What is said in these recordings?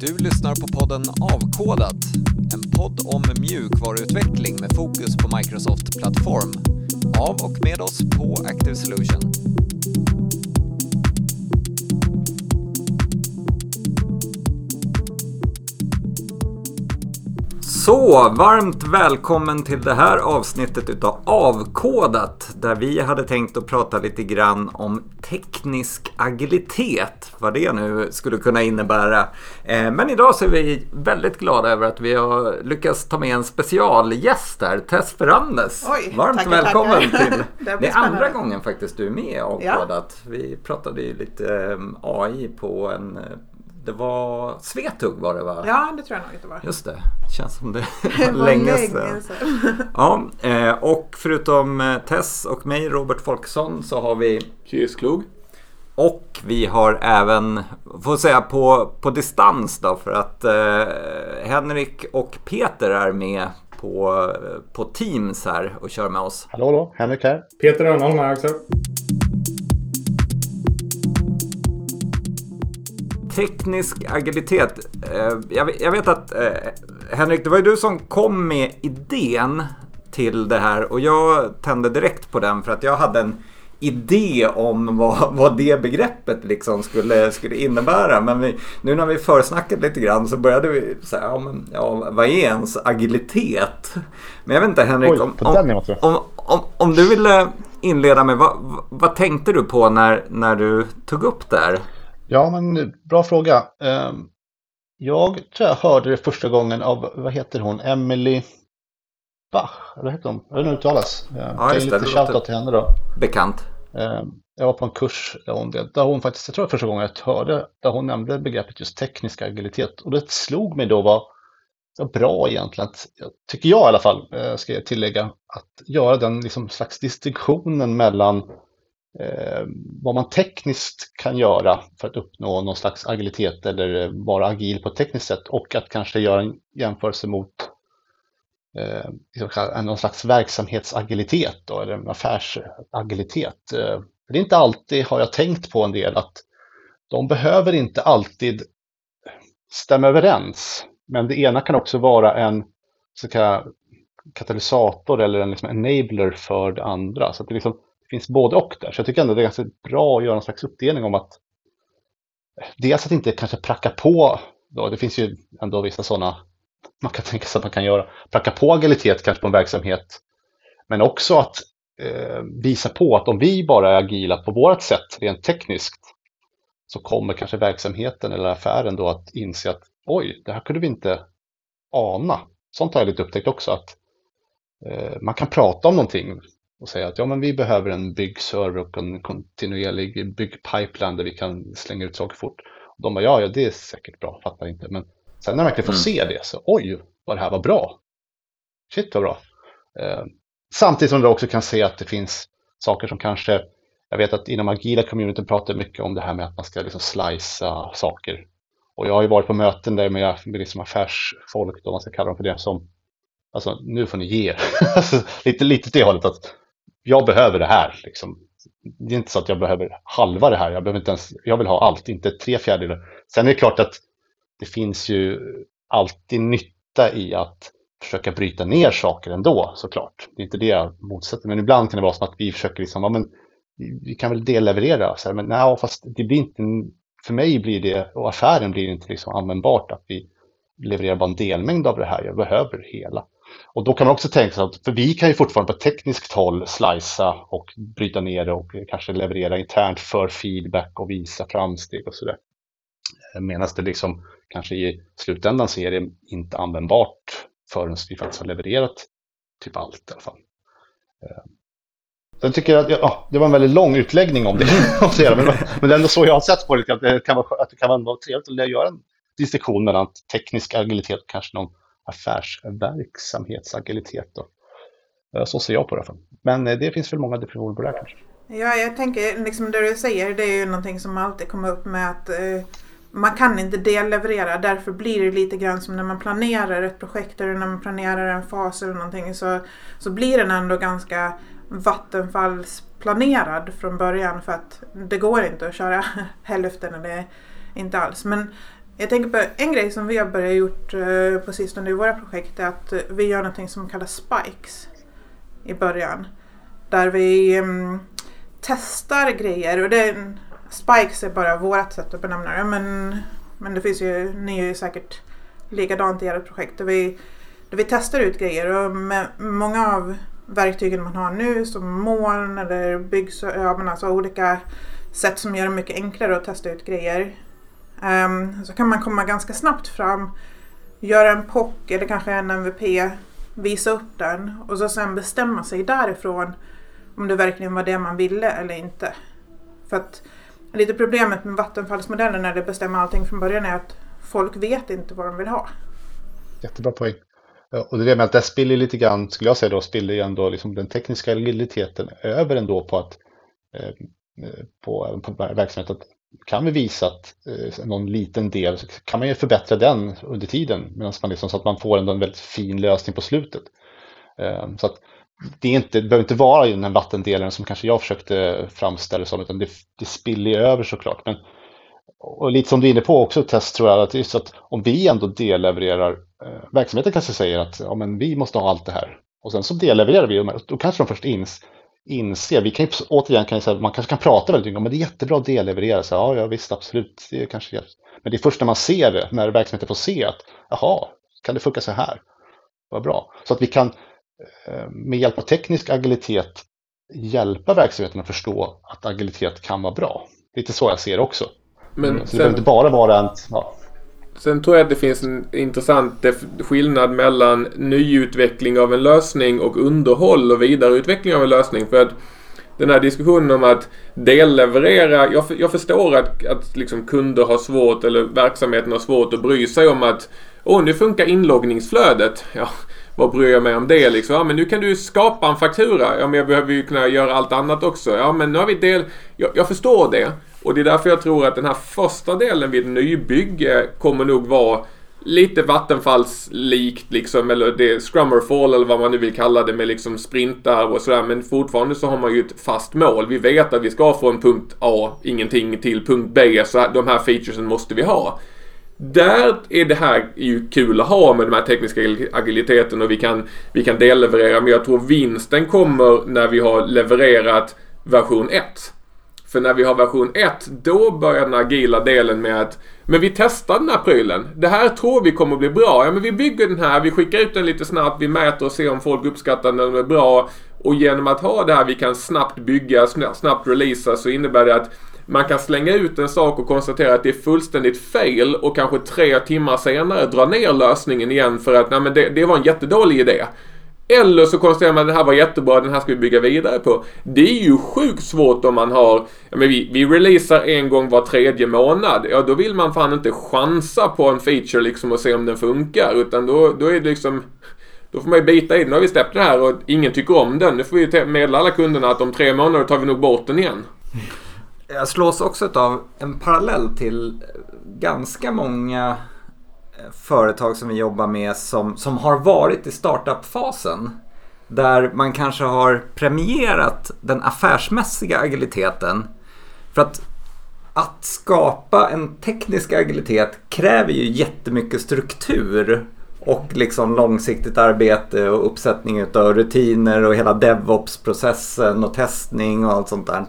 Du lyssnar på podden Avkodat, en podd om mjukvaruutveckling med fokus på Microsoft Plattform. Av och med oss på Active Solution. Så, varmt välkommen till det här avsnittet utav Avkodat, där vi hade tänkt att prata lite grann om teknisk agilitet, vad det nu skulle kunna innebära. Men idag så är vi väldigt glada över att vi har lyckats ta med en specialgäst här, Tess Ferrandes. Varmt välkommen till. Det är andra gången faktiskt du är med i Avkodat. Ja. Vi pratade ju lite AI på en... Det var Svetug var det, va? Ja, det tror jag nog inte var. Just det. Känns som det var länge sedan. Ja, och förutom Tess och mig, Robert Folkesson, så har vi Kyrksklog. Och vi har även, får säga på distans då, för att Henrik och Peter är med på Teams här och kör med oss. Hallå, Henrik här. Peter Örnholm här också. Teknisk agilitet. Jag vet att Henrik, det var ju du som kom med idén till det här och jag tände direkt på den för att jag hade en idé om vad det begreppet liksom skulle innebära. Men nu när vi försnackade lite grann så började vi säga, vad är ens agilitet? Men jag vet inte, Henrik, om du ville inleda med, vad tänkte du på när du tog upp det här? Ja, men bra fråga. Jag tror jag hörde det första gången av, vad heter hon? Emily Bach, eller heter hon? Jag vet inte hur det uttalas. Ja, just det. Lite shoutout till henne då. Bekant. Jag var på en kurs där hon faktiskt, jag tror första gången jag hörde, där hon nämnde begreppet just teknisk agilitet. Och det slog mig då var bra egentligen, tycker jag i alla fall, ska jag tillägga, att göra den liksom slags distinktionen mellan vad man tekniskt kan göra för att uppnå någon slags agilitet eller vara agil på ett tekniskt sätt och att kanske göra en jämförelse mot någon slags verksamhetsagilitet då, eller en affärsagilitet. Det är inte alltid, har jag tänkt på en del, att de behöver inte alltid stämma överens, men det ena kan också vara en så kallad katalysator eller en liksom enabler för det andra, så att det liksom finns både och där. Så jag tycker ändå det är ganska bra att göra en slags uppdelning om att dels att inte kanske pracka på då, det finns ju ändå vissa sådana man kan tänka sig att man kan göra, pracka på agilitet kanske på en verksamhet, men också att visa på att om vi bara är agila på vårt sätt rent tekniskt så kommer kanske verksamheten eller affären då att inse att oj, det här kunde vi inte ana. Sånt har jag lite upptäckt också, att man kan prata om någonting och säga att ja, men vi behöver en byggserver och en kontinuerlig byggpipeline där vi kan slänga ut saker fort. Och de bara, ja, det är säkert bra, fattar inte. Men sen när man verkligen får se det så, oj, vad det här var bra. Shit, vad bra. Samtidigt som du också kan se att det finns saker som kanske, jag vet att inom agila communityn pratar mycket om det här med att man ska liksom slicea saker. Och jag har ju varit på möten där med liksom affärsfolk, då man ska kalla dem för det, som alltså, nu får ni ge er. lite det hållet att jag behöver det här. Liksom. Det är inte så att jag behöver halva det här. Jag vill ha allt, inte 3/4. Sen är det klart att det finns ju alltid nytta i att försöka bryta ner saker ändå, såklart. Det är inte det jag motsätter. Men ibland kan det vara så att vi försöker liksom, ja, men vi kan väl delleverera. Så här, men nej, fast det blir inte, för mig blir det, och affären blir inte liksom användbart att vi levererar bara en delmängd av det här. Jag behöver hela. Och då kan man också tänka sig att, för vi kan ju fortfarande på tekniskt håll slicea och bryta ner det och kanske leverera internt för feedback och visa framsteg och sådär. Medan det liksom kanske i slutändan så är det inte användbart förrän vi faktiskt har levererat typ allt i alla fall. Jag tycker att det var en väldigt lång utläggning om det. Men det är ändå så jag har sett på det, att det kan vara trevligt att göra en distinktion mellan teknisk agilitet och kanske någon affärsverksamhetsagilitet då. Så ser jag på det. Men det finns väl många definitioner på det kanske. Ja, jag tänker liksom det du säger, det är ju någonting som alltid kommer upp med att man kan inte delleverera. Därför blir det lite grann som när man planerar ett projekt eller när man planerar en fas eller någonting, så blir den ändå ganska vattenfallsplanerad från början, för att det går inte att köra hälften eller inte alls. Men Jag tänker på en grej som vi har börjat gjort på sistone i våra projekt är att vi gör någonting som kallas spikes i början. Där vi testar grejer och spikes är bara vårt sätt att benämna det, men det finns ju, ni är ju säkert likadant i ert projekt där vi testar ut grejer och med många av verktygen man har nu som moln eller alltså olika sätt som gör det mycket enklare att testa ut grejer. Så kan man komma ganska snabbt fram, göra en POC eller kanske en MVP, visa upp den och så sen bestämma sig därifrån om det verkligen var det man ville eller inte. För att lite problemet med vattenfallsmodellen när det bestämmer allting från början är att folk vet inte vad de vill ha. Jättebra poäng. Och det är med att det spiller lite grann, skulle jag säga då, spiller ju ändå liksom den tekniska agiliteten över ändå på att på verksamheten. Kan vi visa att någon liten del så kan man ju förbättra den under tiden medan man liksom, så att man får en väldigt fin lösning på slutet. Så att det behöver inte vara den här vattendelen som kanske jag försökte framställa som, utan det spiller över såklart. Men, och lite som du är inne på också test tror jag att just att om vi ändå dellevererar, verksamheten kanske säger att ja, men vi måste ha allt det här och sen så dellevererar vi och då kanske de först inser, vi kan ju återigen kan jag säga, man kanske kan prata väldigt mycket om men det är jättebra att delleverera, så ja visst absolut, det är kanske hjälp. Men det är först när man ser det, när verksamheten får se att jaha, kan det funka så här? Vad bra. Så att vi kan med hjälp av teknisk agilitet hjälpa verksamheten att förstå att agilitet kan vara bra. Lite så jag ser det också. Men så det behöver inte bara vara en... Ja. Sen tror jag att det finns en intressant skillnad mellan nyutveckling av en lösning och underhåll och vidareutveckling av en lösning. För att den här diskussionen om att delleverera, jag förstår att liksom kunder har svårt eller verksamheten har svårt att bry sig om att nu funkar inloggningsflödet. Ja, vad bryr jag mig om det liksom? Ja, men nu kan du skapa en faktura. Ja, men jag behöver ju kunna göra allt annat också. Ja, men nu har vi jag förstår det. Och det är därför jag tror att den här första delen vid nybygge kommer nog vara lite vattenfallslikt liksom, eller det Scrum or Fall eller vad man nu vill kalla det, med liksom sprintar och sådär, men fortfarande så har man ju ett fast mål. Vi vet att vi ska från punkt A ingenting till punkt B, så de här featuresen måste vi ha. Där är det här ju kul att ha med den här tekniska agiliteten och vi kan delleverera, men jag tror vinsten kommer när vi har levererat version 1. För när vi har version 1, då börjar den agila delen med att men vi testar den här prylen. Det här tror vi kommer bli bra. Ja, men vi bygger den här, vi skickar ut den lite snabbt, vi mäter och ser om folk uppskattar den är bra. Och genom att ha det här vi kan snabbt bygga, snabbt releasa, så innebär det att man kan slänga ut en sak och konstatera att det är fullständigt fel och kanske 3 timmar senare dra ner lösningen igen för att nej, men det var en jättedålig idé. Eller så konstaterar man att det här var jättebra, den här ska vi bygga vidare på. Det är ju sjukt svårt om man har... Ja, men vi releasar en gång var 3:e månad. Ja, då vill man fan inte chansa på en feature liksom och se om den funkar. Utan då är det liksom... Då får man ju bita i den. Nu har vi släppt det här och ingen tycker om den. Nu får vi meddela alla kunderna att om 3 månader tar vi nog bort den igen. Jag slås också av en parallell till ganska många företag som vi jobbar med som har varit i startup-fasen, där man kanske har premierat den affärsmässiga agiliteten. För att skapa en teknisk agilitet kräver ju jättemycket struktur och liksom långsiktigt arbete och uppsättning av rutiner och hela DevOps-processen och testning och allt sånt där.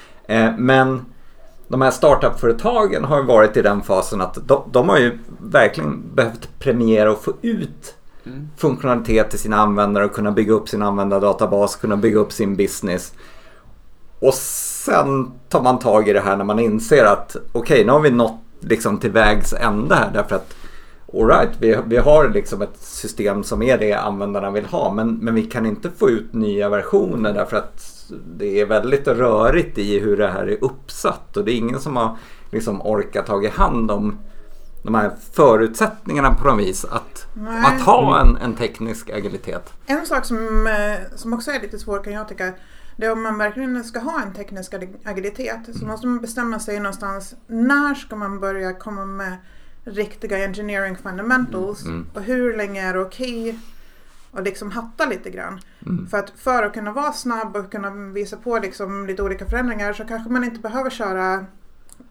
Men de här startup-företagen har varit i den fasen att de har ju verkligen behövt premiera och få ut funktionalitet till sina användare och kunna bygga upp sin användardatabas, kunna bygga upp sin business. Och sen tar man tag i det här när man inser att okej, nu har vi nått liksom till vägs ände här, därför att all right, vi har liksom ett system som är det användarna vill ha, men vi kan inte få ut nya versioner därför att det är väldigt rörigt i hur det här är uppsatt och det är ingen som har liksom orkat ta i hand om de här förutsättningarna på något vis att ha en teknisk agilitet. En sak som också är lite svår kan jag tycka, det är om man verkligen ska ha en teknisk agilitet så måste man bestämma sig någonstans, när ska man börja komma med riktiga engineering fundamentals och hur länge är det okej och liksom hatta lite grann. För att kunna vara snabb och kunna visa på liksom lite olika förändringar så kanske man inte behöver köra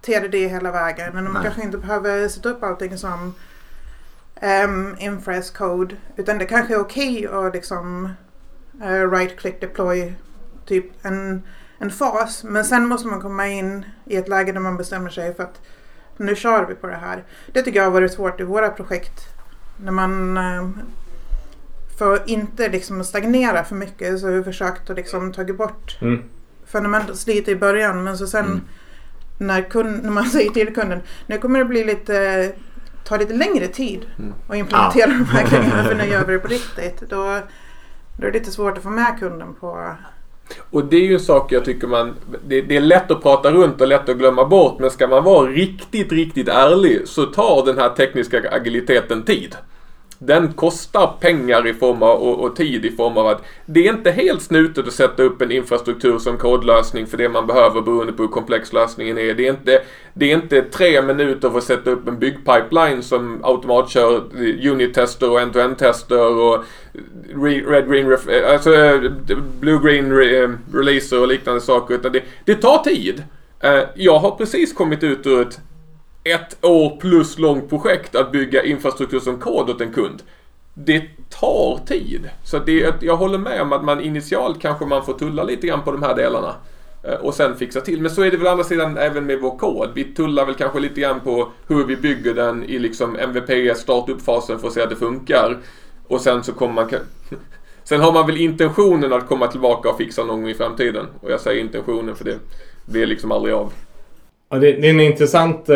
TDD hela vägen. Men man kanske inte behöver sätta upp allting som Inference code. Utan det kanske är okej att liksom right-click deploy typ en fas. Men sen måste man komma in i ett läge där man bestämmer sig för att nu kör vi på det här. Det tycker jag har varit svårt i våra projekt. När man får inte liksom stagnera för mycket så har vi försökt att liksom ta bort fundamentet lite i början. Men så sen när man säger till kunden, nu kommer det bli ta lite längre tid att implementera de här grejerna för nu gör vi det på riktigt. Då är det lite svårt att få med kunden på. Och det är ju en sak jag tycker det är lätt att prata runt och lätt att glömma bort, men ska man vara riktigt, riktigt ärlig så tar den här tekniska agiliteten tid. Den kostar pengar i form av, och tid i form av att det är inte helt snutet att sätta upp en infrastruktur som kodlösning för det man behöver beroende på hur komplex lösningen är. Det är inte 3 minuter för att sätta upp en byggpipeline som automatkör unit-tester och end-to-end-tester och blue-green releaser och liknande saker. Utan det tar tid. Jag har precis kommit ut ur ett år plus långt projekt att bygga infrastruktur som kod åt en kund. Det tar tid. Så jag håller med om att man initialt kanske man får tulla lite grann på de här delarna och sen fixa till. Men så är det väl andra sidan även med vår kod. Vi tullar väl kanske lite grann på hur vi bygger den i liksom MVP startup-fasen för att se att det funkar. Och sen så kommer man sen har man väl intentionen att komma tillbaka och fixa någon gång i framtiden. Och jag säger intentionen för det blir liksom aldrig av. Ja, det är en intressant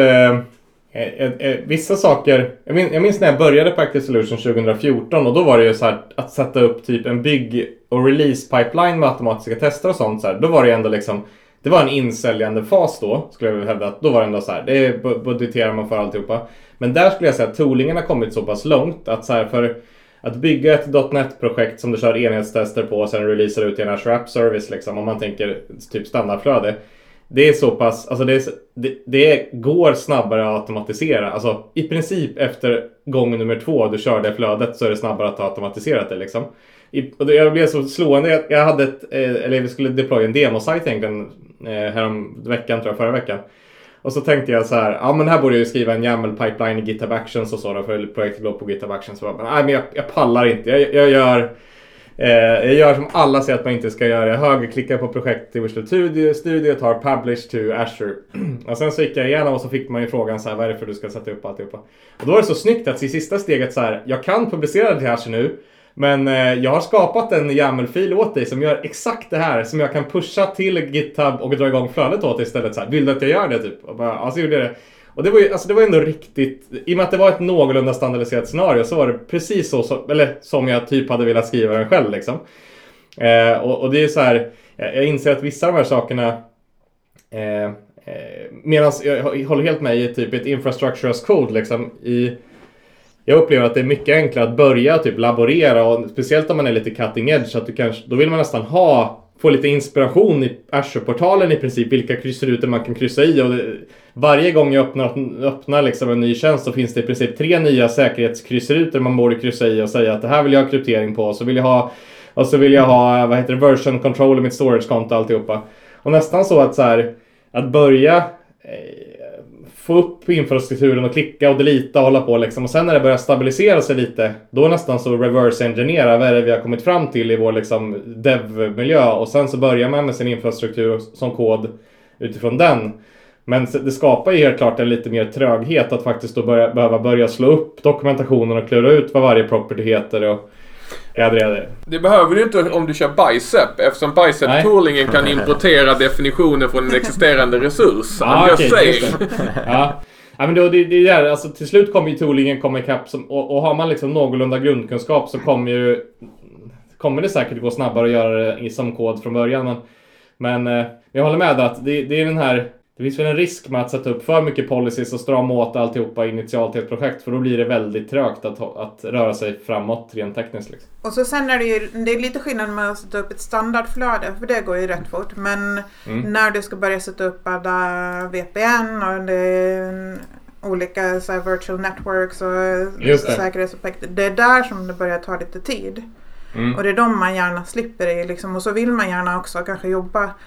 vissa saker. Jag minns när jag började på Active Solution 2014 och då var det ju så här att sätta upp typ en bygg- och release-pipeline med automatiska tester och sånt så här. Då var det ändå liksom, det var en insäljande fas då, skulle jag vilja hävda, att då var det ändå så här, det budgeterar man för alltihopa. Men där skulle jag säga att toolingen har kommit så pass långt att så här, för att bygga ett .NET-projekt som du kör enhetstester på och sen releasar ut i en Azure App Service liksom, om man tänker typ standardflöde. Det är så pass, alltså det går snabbare att automatisera. Alltså i princip efter gång nummer 2 du kör det flödet så är det snabbare att automatisera det liksom. Och jag blev så slående. Jag hade vi skulle deploya en demosite egentligen förra veckan. Och så tänkte jag så här, ja men här borde jag ju skriva en YAML pipeline i GitHub Actions och så då, för projektet låg på GitHub Actions. Så nej men jag pallar inte. Jag gör som alla säger att man inte ska göra. Jag högerklickar på projekt i Visual Studio, tar Publish to Azure. Och sen så gick jag igenom och så fick man ju frågan så här, vad är det för du ska sätta upp alltihopa. Och då var det så snyggt att i sista steget så här, jag kan publicera det till Azure nu. Men jag har skapat en YAML-fil åt dig som gör exakt det här. Som jag kan pusha till GitHub och dra igång flödet åt istället. Så här, vill du att jag gör det typ? Och bara, alltså gjorde jag det. Och det var ju, alltså det var ändå riktigt, i och med att det var ett någorlunda standardiserat scenario så var det precis så, eller som jag typ hade velat skriva den själv liksom. Och det är så här, jag inser att vissa av de här sakerna, medan jag håller helt med i typ ett infrastructure as code liksom, jag upplever att det är mycket enklare att börja typ laborera, och speciellt om man är lite cutting edge, så att då vill man nästan få lite inspiration i Azure-portalen i princip, vilka kryssrutor man kan kryssa i. Och varje gång jag öppnar liksom en ny tjänst så finns det i princip 3 nya säkerhetskryssrutor man borde kryssa i och säga att det här vill jag ha kryptering på, och så vill jag ha version control i mitt storage-konto och alltihopa. Och nästan så att så här, att börja få upp infrastrukturen och klicka och delita och hålla på liksom. Och sen när det börjar stabilisera sig lite, då nästan så reverse-engineera vad är det vi har kommit fram till i vår liksom dev-miljö. Och sen så börjar man med sin infrastruktur som kod utifrån den. Men det skapar ju helt klart en lite mer tröghet att faktiskt då behöva börja slå upp dokumentationen och klura ut vad varje property heter och Det behöver du inte om du kör Bicep, eftersom Bicep-toolingen kan importera definitioner från en existerande resurs. Ja, men det är där, alltså till slut kommer ju toolingen komma ikapp och har man liksom någorlunda grundkunskap så kommer det säkert gå snabbare att göra det som kod från början. Men jag håller med att det är den här. Det finns väl en risk med att sätta upp för mycket policies och strama åt alltihopa initialt i ett projekt, för då blir det väldigt trögt att röra sig framåt rent tekniskt. Liksom. Och så sen är det är lite skillnad med att sätta upp ett standardflöde, för det går ju rätt fort. Men när du ska börja sätta upp alla VPN och olika så här, virtual networks och säkerhetsaspekter, det är där som det börjar ta lite tid. Och det är de man gärna slipper i liksom. Och så vill man gärna också kanske jobba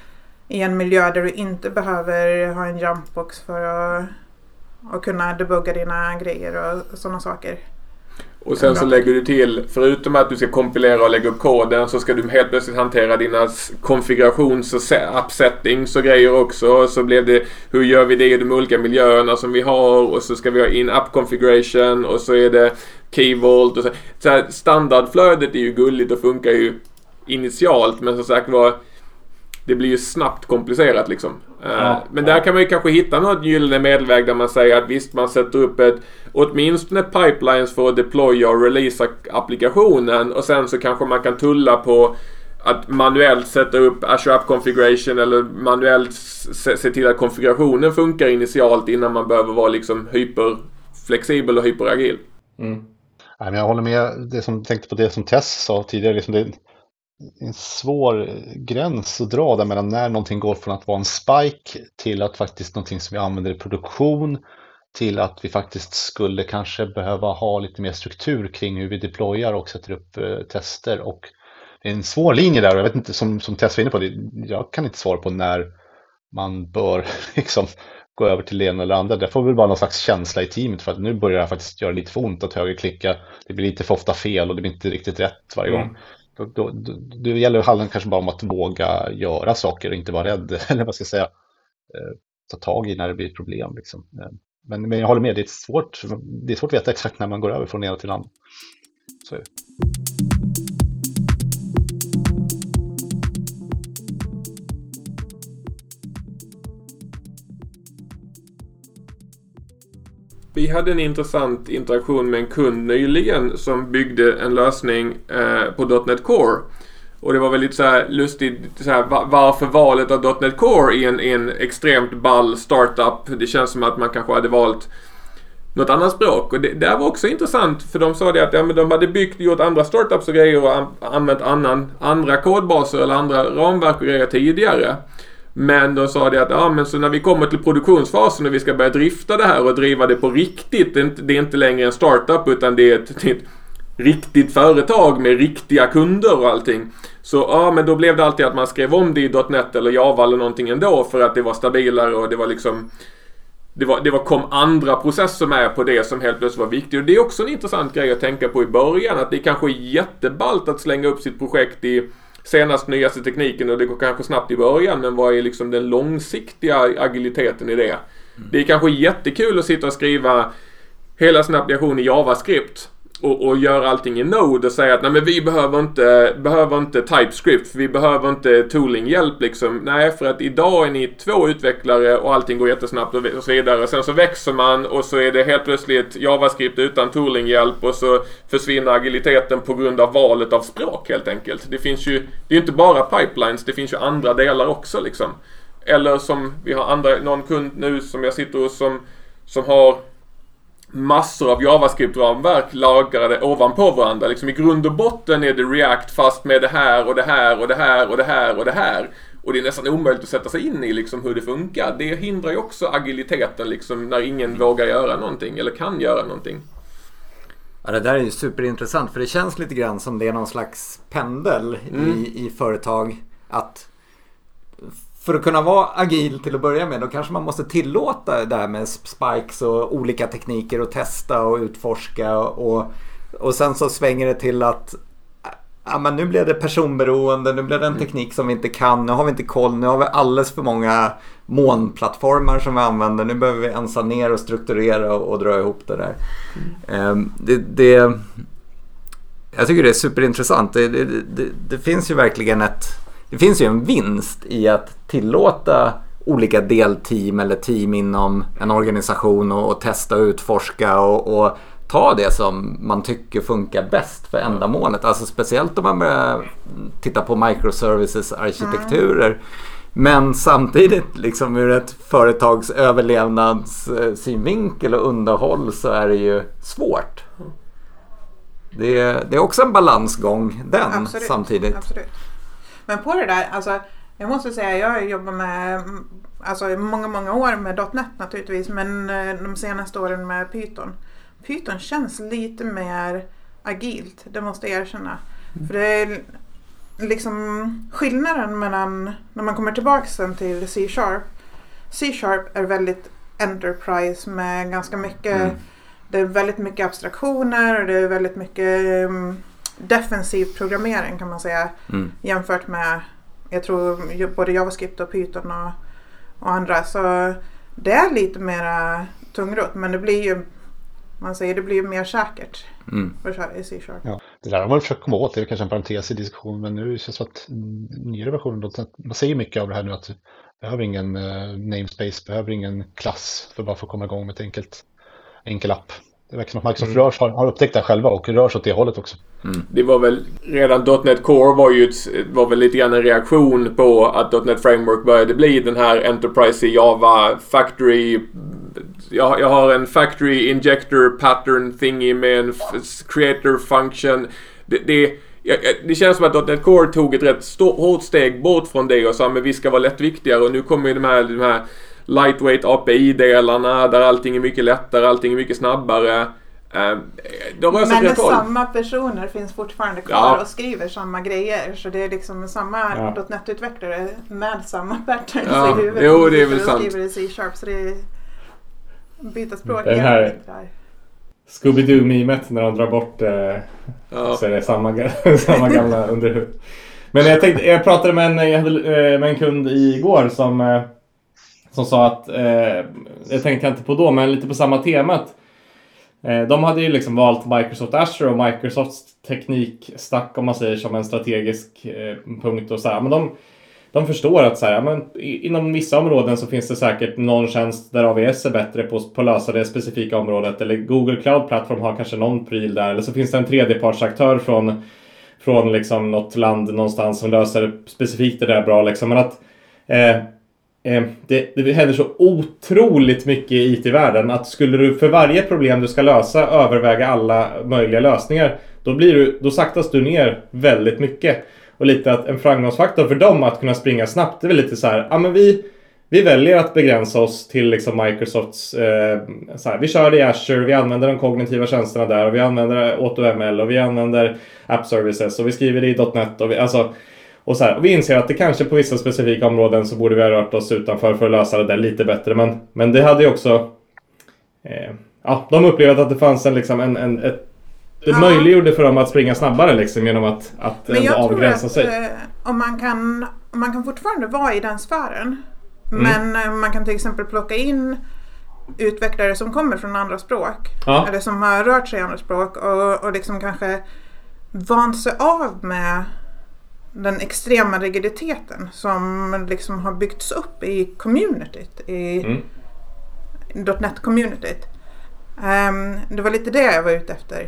i en miljö där du inte behöver ha en jumpbox för att kunna debugga dina grejer och sådana saker. Och sen så lägger du till, förutom att du ska kompilera och lägga upp koden, så ska du helt plötsligt hantera dina konfigurations- och app-settings och grejer också. Och så blev det, hur gör vi det i de olika miljöerna som vi har? Och så ska vi ha in-app configuration och så är det key vault. Och så här, standardflödet är ju gulligt och funkar ju initialt, men som sagt det blir ju snabbt komplicerat liksom. Men där kan man ju kanske hitta något gyllene medelväg där man säger att visst, man sätter upp åtminstone pipelines för att deploya och releasa applikationen, och sen så kanske man kan tulla på att manuellt sätta upp Azure App Configuration eller manuellt se till att konfigurationen funkar initialt innan man behöver vara liksom hyperflexibel och hyperagil. Nej, men jag håller med det som tänkte på det som Tess sa tidigare. Liksom det är en svår gräns att dra där mellan när någonting går från att vara en spike till att faktiskt någonting som vi använder i produktion, till att vi faktiskt skulle kanske behöva ha lite mer struktur kring hur vi deployar och sätter upp tester. Och det är en svår linje där, och jag vet inte, som Tess var inne på, jag kan inte svara på när man bör liksom gå över till det ena eller andra. Det får väl vara någon slags känsla i teamet, för att nu börjar det faktiskt göra lite för ont att högerklicka. Det blir lite för ofta fel och det blir inte riktigt rätt varje gång. Det gäller handlar kanske bara om att våga göra saker och inte vara rädd, eller vad ska jag säga, ta tag i när det blir ett problem liksom. Men jag håller med, det är svårt att veta exakt när man går över från ena till andra. Så är det. Vi hade en intressant interaktion med en kund nyligen som byggde en lösning på .NET Core. Och det var väl lite så här lustigt så här, varför valet av .NET Core i en extremt ball startup. Det känns som att man kanske hade valt något annat språk. Och det där var också intressant, för de sa det att men de hade gjort andra startups och grejer och använt andra kodbaser eller andra ramverk och grejer tidigare. Men de sa det att men så när vi kommer till produktionsfasen och vi ska börja drifta det här och driva det på riktigt, det är inte längre en startup utan det är ett riktigt företag med riktiga kunder och allting. Så men då blev det alltid att man skrev om det i .NET eller Java eller någonting ändå, för att det var stabilare och det var liksom kom andra processer med på det som helt plötsligt var viktigt. Och det är också en intressant grej att tänka på i början, att det kanske är jätteballt att slänga upp sitt projekt i senast nyaste tekniken och det går kanske snabbt i början, men vad är liksom den långsiktiga agiliteten i det? Det är kanske jättekul att sitta och skriva hela sin applikation i JavaScript och göra allting i Node och säga att nej, men vi behöver inte TypeScript, för vi behöver inte tooling-hjälp liksom. Nej, för att idag är ni 2 utvecklare och allting går jättesnabbt och så vidare. Sen så växer man och så är det helt plötsligt JavaScript utan tooling-hjälp och så försvinner agiliteten på grund av valet av språk helt enkelt. Det är inte bara pipelines, det finns ju andra delar också liksom. Eller som vi har någon kund nu som jag sitter hos som har massor av JavaScript-ramverk lagrade ovanpå varandra. Liksom i grund och botten är det React fast med det här och det här och det här och det här och det här. Och det är nästan omöjligt att sätta sig in i liksom hur det funkar. Det hindrar ju också agiliteten liksom, när ingen vågar göra någonting eller kan göra någonting. Ja, det där är ju superintressant, för det känns lite grann som det är någon slags pendel i företag, att för att kunna vara agil till att börja med, då kanske man måste tillåta det här med spikes och olika tekniker och testa och utforska och sen så svänger det till att men nu blev det personberoende, nu blev det en teknik som vi inte kan, nu har vi inte koll, nu har vi alldeles för många molnplattformar som vi använder, nu behöver vi ensa ner och strukturera och dra ihop det där. Jag tycker det är superintressant. Det finns ju verkligen det finns ju en vinst i att tillåta olika delteam eller team inom en organisation och testa och utforska och ta det som man tycker funkar bäst för ändamålet. Alltså speciellt om man börjar titta på microservices-arkitekturer. Men samtidigt liksom ur ett företags överlevnadssynvinkel och underhåll så är det ju svårt. Det är också en balansgång samtidigt. Absolut. Men på det där, alltså, jag måste säga, jag har jobbat med många år med .NET naturligtvis, men de senaste åren med Python. Python känns lite mer agilt, det måste jag erkänna. För liksom skillnaden mellan när man kommer tillbaka sen till C-sharp. C-sharp är väldigt enterprise med ganska mycket, det är väldigt mycket abstraktioner och det är väldigt mycket defensiv programmering kan man säga, jämfört med, jag tror, både JavaScript och Python och andra, så det är lite mer tungrot, men det blir ju, man säger, det blir ju mer säkert för att köra i C-sharp. Ja, det där har man försökt komma åt, det är kanske en parentes i diskussionen, men nu känns det som att nyare versionen, man säger mycket av det här nu, att behöver ingen namespace, behöver ingen klass för bara få komma igång med ett enkel app. Det verkar som att Microsoft har upptäckt det själva och rör sig åt det hållet också. Det var väl redan .NET Core var väl lite grann en reaktion på att .NET Framework började bli den här Enterprise Java Factory. Jag har en Factory Injector Pattern thingy med en Creator Function. Det känns som att .NET Core tog ett rätt hårt steg bort från det och sa men vi ska vara lättviktigare, och nu kommer ju de här lightweight API-delarna där allting är mycket lättare, allting är mycket snabbare. Men samma personer finns fortfarande kvar och skriver samma grejer, så det är liksom samma .NET-utvecklare med samma patterns i huvudet. Jo, det är väl sant. Skriver i C-sharp, så det är byta språk. Den här Scooby-Doo-mimet när de drar bort så är det samma gamla underhud. Men jag pratade med en kund igår som sa att jag tänkte inte på då, men lite på samma temat. De hade ju liksom valt Microsoft Azure och Microsofts teknikstack, om man säger, som en strategisk punkt och så här. Men de förstår att så här, men inom vissa områden så finns det säkert någon tjänst där AWS är bättre på att lösa det specifika området, eller Google Cloud Platform har kanske någon pryl där, eller så finns det en tredjepartsaktör från liksom något land någonstans som löser specifikt det där bra liksom. Men att det händer så otroligt mycket i IT-världen att skulle du för varje problem du ska lösa överväga alla möjliga lösningar, då saktas du ner väldigt mycket. Och lite att en framgångsfaktor för dem att kunna springa snabbt, det är väl lite så här, ja men vi väljer att begränsa oss till liksom Microsofts så här, vi kör det i Azure, vi använder de kognitiva tjänsterna där, och vi använder AutoML och vi använder App Services och vi skriver det i .NET och så här, och vi inser att det kanske på vissa specifika områden så borde vi ha rört oss utanför för att lösa det där lite bättre, men det hade ju också de upplevde att det fanns det möjliggjorde för dem att springa snabbare liksom, genom att avgränsa sig. Men jag tror att man kan fortfarande vara i den sfären. Men man kan till exempel plocka in utvecklare som kommer från andra språk. Ja. Eller som har rört sig i andra språk. Och liksom kanske vant sig av med den extrema rigiditeten som liksom har byggts upp i communityt. I .NET-communityt. Det var lite det jag var ute efter.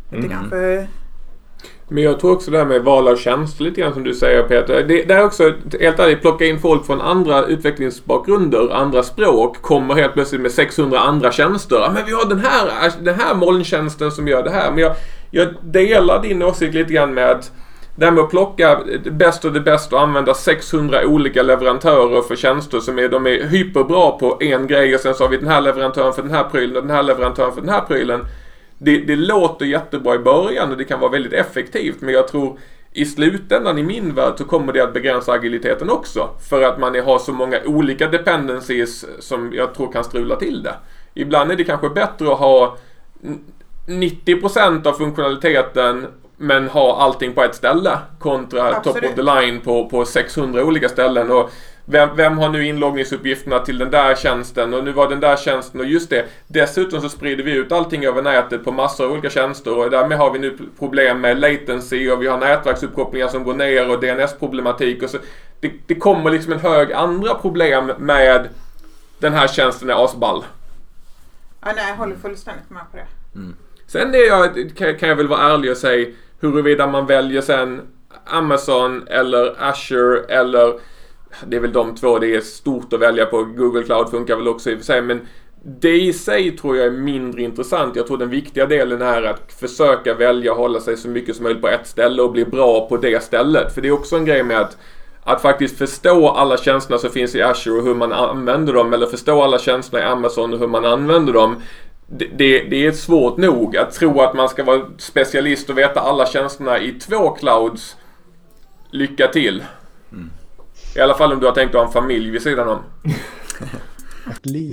Men jag tror också det här med val av tjänster lite grann som du säger, Peter. Det är också helt ärligt, plocka in folk från andra utvecklingsbakgrunder, andra språk, kommer helt plötsligt med 600 andra tjänster. Men vi har den här molntjänsten som gör det här. Men jag delar din åsikt lite grann med att det här med att plocka det bästa och använda 600 olika leverantörer för tjänster som de är hyperbra på en grej, och sen så har vi den här leverantören för den här prylen och den här leverantören för den här prylen. Det låter jättebra i början och det kan vara väldigt effektivt, men jag tror i slutändan i min värld så kommer det att begränsa agiliteten också, för att man har så många olika dependencies som jag tror kan strula till det. Ibland är det kanske bättre att ha 90% av funktionaliteten men ha allting på ett ställe kontra top of the line på 600 olika ställen. Och vem har nu inloggningsuppgifterna till den där tjänsten, och nu var den där tjänsten, och just det. Dessutom så sprider vi ut allting över nätet på massor av olika tjänster, och därmed har vi nu problem med latency, och vi har nätverksuppkopplingar som går ner och DNS-problematik, och så det kommer liksom en hög andra problem med den här tjänsten är asball. Ja, nej, jag håller fullständigt med på det. Sen kan jag väl vara ärlig och säga huruvida man väljer sen Amazon eller Azure, eller det är väl de två, det är stort att välja på. Google Cloud funkar väl också i och för sig, men det i sig tror jag är mindre intressant. Jag tror den viktiga delen är att försöka välja och hålla sig så mycket som möjligt på ett ställe och bli bra på det stället. För det är också en grej med att faktiskt förstå alla tjänsterna som finns i Azure och hur man använder dem, eller förstå alla tjänsterna i Amazon och hur man använder dem. Det är svårt nog att tro att man ska vara specialist och veta alla tjänsterna i 2 clouds. lycka till. I alla fall om du har tänkt att ha en familj vid sidan om. Ett liv.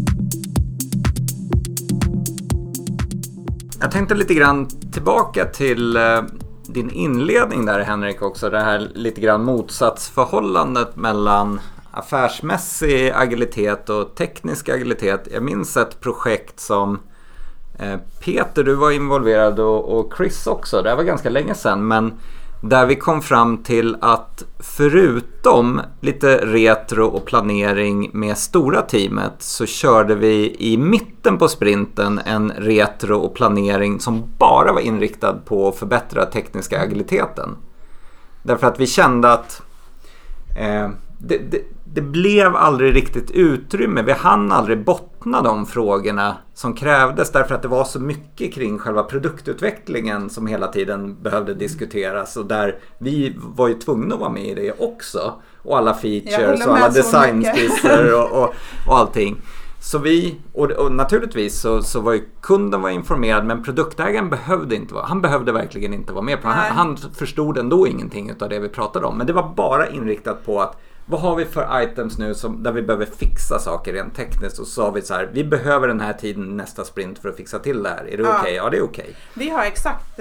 Jag tänkte lite grann tillbaka till din inledning där, Henrik, också. Det här lite grann motsatsförhållandet mellan affärsmässig agilitet och teknisk agilitet. Jag minns ett projekt som Peter, du var involverad och Chris också. Det var ganska länge sedan, men där vi kom fram till att förutom lite retro och planering med stora teamet så körde vi i mitten på sprinten en retro och planering som bara var inriktad på att förbättra tekniska agiliteten. Därför att vi kände att det blev aldrig riktigt utrymme. Vi hann aldrig bottna de frågorna som krävdes därför att det var så mycket kring själva produktutvecklingen som hela tiden behövde diskuteras och där vi var ju tvungna att vara med i det också. Och alla features och alla designskisser och allting. Så vi, och naturligtvis så var ju kunden var informerad, men produktägaren behövde inte vara. Han behövde verkligen inte vara med på. Han förstod ändå ingenting av det vi pratade om. Men det var bara inriktat på att vad har vi för items nu där vi behöver fixa saker rent tekniskt, och så sa vi så här: vi behöver den här tiden nästa sprint för att fixa till det här. Är det okej? Ja, det är okej. Vi har exakt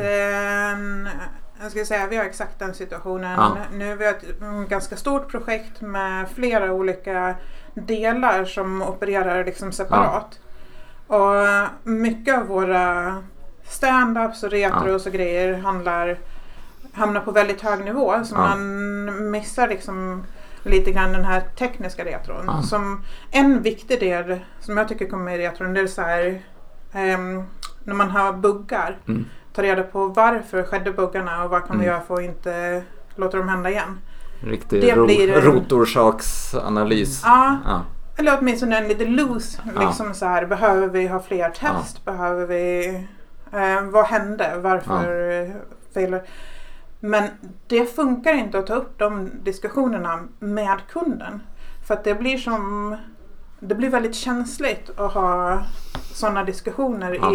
vi har exakt den situationen. Nu vi har ett ganska stort projekt med flera olika delar som opererar liksom separat. Och mycket av våra stand-ups och retros och grejer hamnar på väldigt hög nivå, så man missar liksom lite grann den här tekniska retron. Som en viktig del som jag tycker kommer i retron, det är så här, när man har buggar, ta reda på varför skedde buggarna och vad kan vi göra för att inte låta dem hända igen. Riktig rotorsaksanalys. Eller åtminstone en lite loose, liksom så här, behöver vi ha fler test? Behöver vi, vad hände? Varför failar? Men det funkar inte att ta upp de diskussionerna med kunden. För att det blir väldigt känsligt att ha sådana diskussioner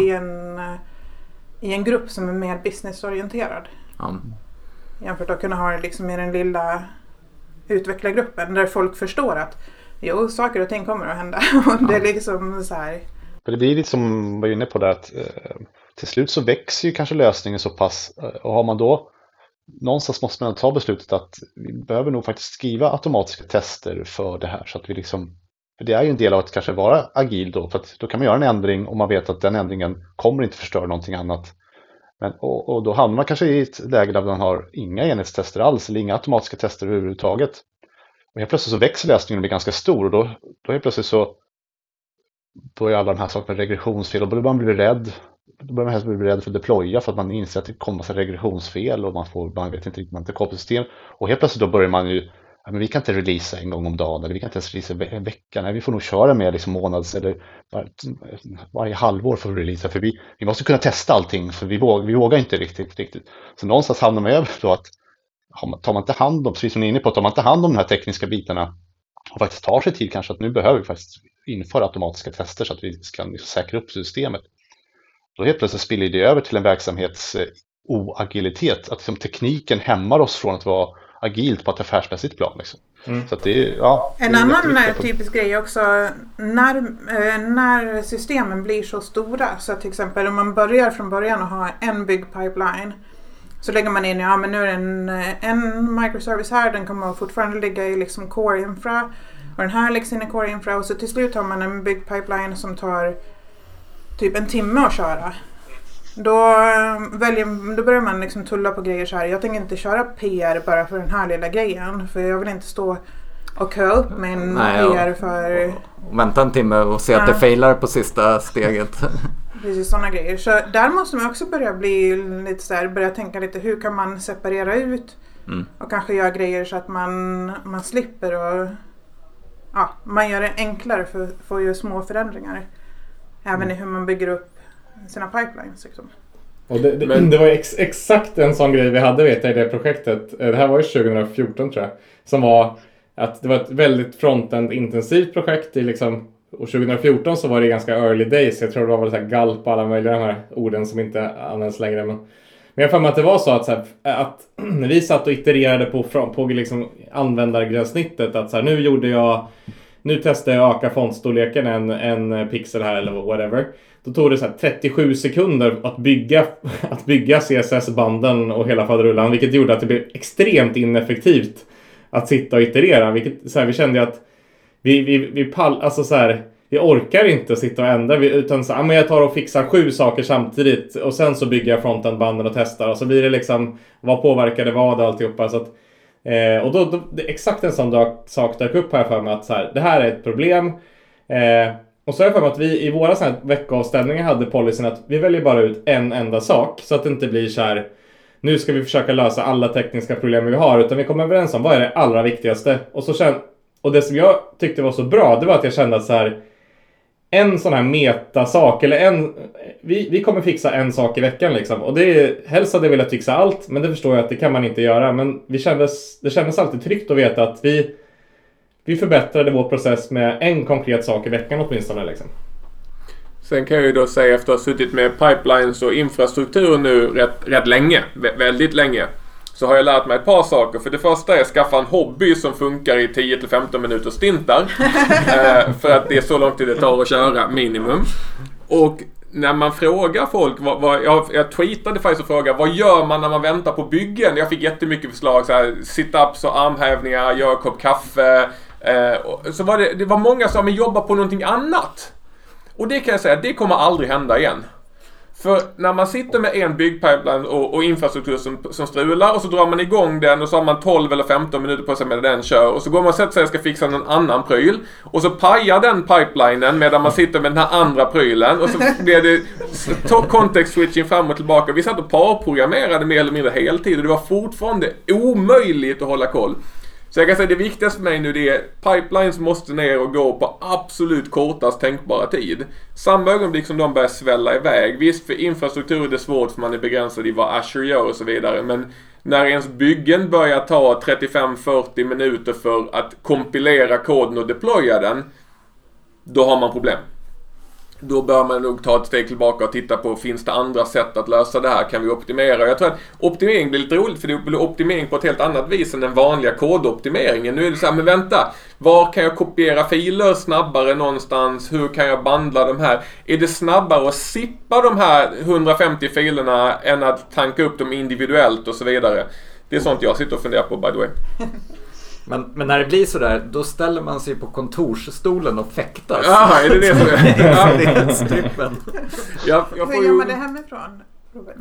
i en grupp som är mer businessorienterad. Jämfört att kunna ha det liksom i den lilla utvecklargruppen där folk förstår att saker och ting kommer att hända. Och det är liksom så här. För det blir lite som vi var inne på där, att till slut så växer ju kanske lösningen så pass, och har man då någonstans måste man ta beslutet att vi behöver nog faktiskt skriva automatiska tester för det här, så att vi liksom, för det är ju en del av att kanske vara agil då, för att då kan man göra en ändring och man vet att den ändringen kommer inte förstöra någonting annat. Men, och då hamnar man kanske i ett läge där man har inga enhetstester alls eller inga automatiska tester överhuvudtaget. Och helt plötsligt så växer lösningen och blir ganska stor, och då helt plötsligt så börjar alla de här sakerna, regressionsfel, och då börjar man bli rädd. Då börjar man helst bli rädd för att deploya, för att man inser att det kommer massa regressionsfel och man vet inte riktigt, man inte kopplar system. Och helt plötsligt då börjar man ju, men vi kan inte releasa en gång om dagen, eller vi kan inte ens releasa en vecka. Nej, vi får nog köra med liksom månads eller varje halvår för att releasa, för vi måste kunna testa allting, för vi vågar inte riktigt. Så någonstans hamnar man över då att tar man inte hand om, precis som ni är inne på, tar man inte hand om de här tekniska bitarna och faktiskt tar sig tid kanske att nu behöver vi faktiskt införa automatiska tester så att vi kan säkra upp systemet. Då helt plötsligt spiller det över till en verksamhets oagilitet, att liksom tekniken hämmar oss från att vara agilt på ett affärsmässigt plan. Liksom. Så att det, en annan typisk grej också, när systemen blir så stora, så att till exempel om man börjar från början och har en byggpipeline, så lägger man in, men nu är det en microservice här, den kommer fortfarande ligga i liksom core infra, och den här läggs in i core infra, och så till slut har man en byggpipeline som tar typ en timme att köra. Då börjar man liksom tulla på grejer så här. Jag tänker inte köra PR bara för den här lilla grejen, för jag vill inte stå och köa upp min PR för... Och vänta en timme och se att det failar på sista steget. Precis, sådana grejer. Så där måste man också börja bli lite så här, börja tänka lite, hur kan man separera ut och kanske göra grejer så att man slipper och man gör det enklare för att göra små förändringar. Även i hur man bygger upp sina pipelines. Liksom. Och det var exakt en sån grej vi hade, vet jag, i det projektet. Det här var ju 2014 tror jag. Som var att det var ett väldigt frontend-intensivt projekt. Och 2014 så var det ganska early days. Jag tror det var väl så här galp, alla möjliga de här orden som inte används längre. Men jag får mig att det var så att, att när vi satt och itererade på liksom användargränssnittet att så här, nu testar jag öka fontstorleken en pixel här eller whatever. Då tog det så här 37 sekunder att bygga CSS-banden och hela faderullan, vilket gjorde att det blev extremt ineffektivt att sitta och iterera. Vilket, så här, vi kände att vi orkar inte sitta och ändra, utan så, men jag tar och fixar 7 saker samtidigt och sen så bygger jag frontend-banden och testar, och så blir det liksom vad påverkade vad och alltihopa. Så att, och då exakt en sån sak dök upp här för mig att så här, det här är ett problem. Och så är det för mig att vi i våra sån här veckoavställningar hade policyn att vi väljer bara ut en enda sak, så att det inte blir så här, nu ska vi försöka lösa alla tekniska problem vi har, utan vi kommer överens om vad är det allra viktigaste. Och det som jag tyckte var så bra, det var att jag kände att så här, en sån här metasak, eller vi kommer fixa en sak i veckan liksom. Och helst hade jag velat fixa allt, men det förstår jag att det kan man inte göra. Men det kändes alltid tryggt att veta att vi förbättrade vår process med en konkret sak i veckan åtminstone liksom. Sen kan jag ju då säga, efter att ha suttit med pipelines och infrastruktur nu rätt länge, väldigt länge, så har jag lärt mig ett par saker. För det första är att skaffa en hobby som funkar i 10-15 minuters stintar. För att det är så lång tid det tar att köra minimum. Och när man frågar folk, jag tweetade faktiskt och frågade, vad gör man när man väntar på byggen? Jag fick jättemycket förslag, så här, sit-ups och armhävningar, gör en kopp kaffe. Så det var många som jobbar på någonting annat. Och det kan jag säga, det kommer aldrig hända igen. För när man sitter med en byggpipeline och infrastruktur som strular, och så drar man igång den och så har man 12 eller 15 minuter på sig med den kör, och så går man och sätter sig och ska fixa någon annan pryl, och så pajar den pipelinen medan man sitter med den här andra prylen, och så blir det context switching fram och tillbaka. Vi satt och parprogrammerade mer eller mindre heltid, och det var fortfarande omöjligt att hålla koll. Så jag kan säga det viktigaste för mig nu, det är pipelines måste ner och gå på absolut kortast tänkbara tid. Samma ögonblick som de börjar svälla iväg. Visst, för infrastruktur är det svårt för man är begränsad i vad Azure gör och så vidare. Men när ens byggen börjar ta 35-40 minuter för att kompilera koden och deploya den, då har man problem. Då bör man nog ta ett steg tillbaka och titta på, finns det andra sätt att lösa det här? Kan vi optimera? Jag tror att optimering blir lite roligt, för det blir optimering på ett helt annat vis än den vanliga kodoptimeringen. Nu är det så här, men vänta, var kan jag kopiera filer snabbare någonstans? Hur kan jag bandla de här? Är det snabbare att zippa de här 150 filerna än att tanka upp dem individuellt och så vidare? Det är sånt jag sitter och funderar på, by the way. Men när det blir sådär, då ställer man sig på kontorsstolen och fäktas. Ja, är det det som är? Ja, det är strippen. Hur gör man det hemifrån, Robin?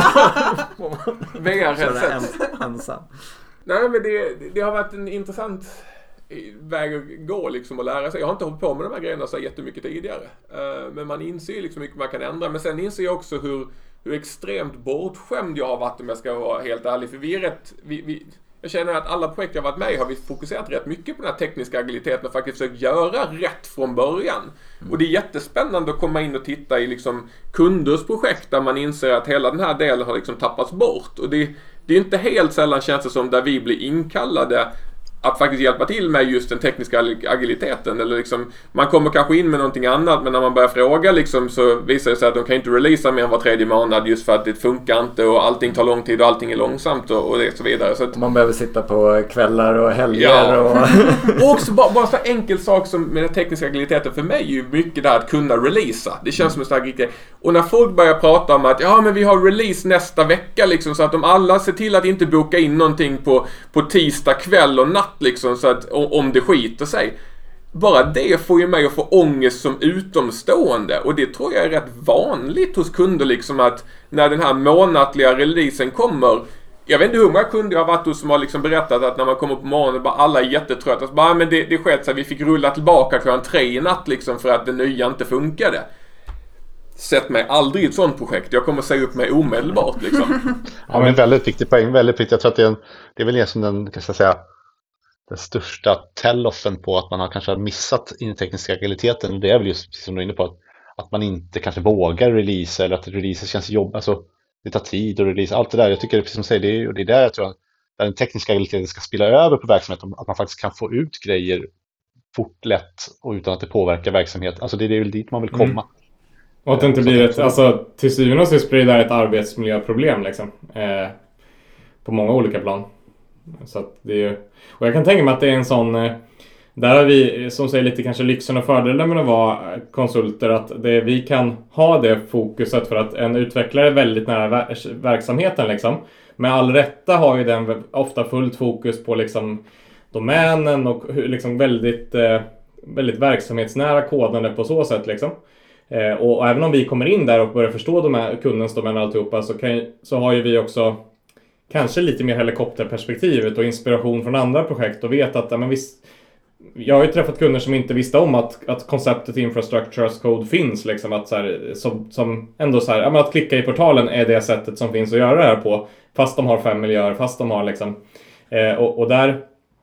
VR-headset. Ensam. Nej, men det har varit en intressant väg att gå liksom, och lära sig. Jag har inte hållit på med de här grejerna så jättemycket tidigare. Men man inser liksom hur mycket man kan ändra. Men sen inser jag också hur extremt bortskämd jag har varit, om jag ska vara helt ärlig. För vi är rätt... Jag känner att alla projekt jag varit med i har vi fokuserat rätt mycket på den här tekniska agiliteten och faktiskt försökt göra rätt från början. Och det är jättespännande att komma in och titta i liksom kunders projekt där man inser att hela den här delen har liksom tappats bort. Och det är inte helt sällan, känns det som, där vi blir inkallade att faktiskt hjälpa till med just den tekniska agiliteten. Eller liksom, man kommer kanske in med någonting annat, men när man börjar fråga liksom, så visar det sig att de kan inte releasa mer än var 3:e månad, just för att det funkar inte och allting tar lång tid och allting är långsamt och det så vidare. Så att, man behöver sitta på kvällar och helger. Ja. Och också bara så enkel sak som med den tekniska agiliteten för mig är ju mycket där att kunna releasa. Det känns som en stark grej. Och när folk börjar prata om att men vi har release nästa vecka liksom, så att de alla ser till att inte boka in någonting på tisdag kväll och natt liksom, så att om det skiter sig. Bara det får ju mig att få ångest som utomstående, och det tror jag är rätt vanligt hos kunder liksom, att när den här månatliga releasen kommer, jag vet inte hur många kunder jag har varit hos som har liksom berättat att när man kommer på morgonen bara alla är jättetrötta, så bara, men det sket sig, vi fick rulla tillbaka 3:00 i natt liksom för att det nya inte funkade. Sätt mig aldrig i ett sånt projekt. Jag kommer säga upp mig omedelbart liksom. Ja, men väldigt viktig poäng, väldigt viktigt. Jag tror att det är väl det som den största tell-offen på att man har kanske missat in i tekniska agiliteten. Och det är väl just som du är inne på, att man inte kanske vågar releasa, eller att releaser känns jobb. Alltså det tar tid att release, allt det där. Jag tycker, precis som du säger, det är där jag tror att den tekniska agiliteten ska spela över på verksamheten. Att man faktiskt kan få ut grejer fort, lätt och utan att det påverkar verksamheten. Alltså det är väl dit man vill komma. Och att det inte blir ett, alltså till syvende och sist blir det där ett arbetsmiljöproblem liksom. På många olika plan. Så att det är ju, och jag kan tänka mig att det är en sån, där har vi som säger lite kanske lyxen och fördelen med att vara konsulter, att vi kan ha det fokuset för att en utvecklare är väldigt nära verksamheten liksom. Med all rätta har ju den ofta fullt fokus på liksom domänen och liksom väldigt verksamhetsnära kodande på så sätt liksom. Och även om vi kommer in där och börjar förstå kundens domän och alltihopa, så har ju vi också kanske lite mer helikopterperspektivet och inspiration från andra projekt och vet att jag har ju träffat kunder som inte visste om att konceptet infrastructure as code finns liksom, att så här, som ändå så här, att klicka i portalen är det sättet som finns att göra det här på, fast de har 5 miljöer, fast de har liksom och där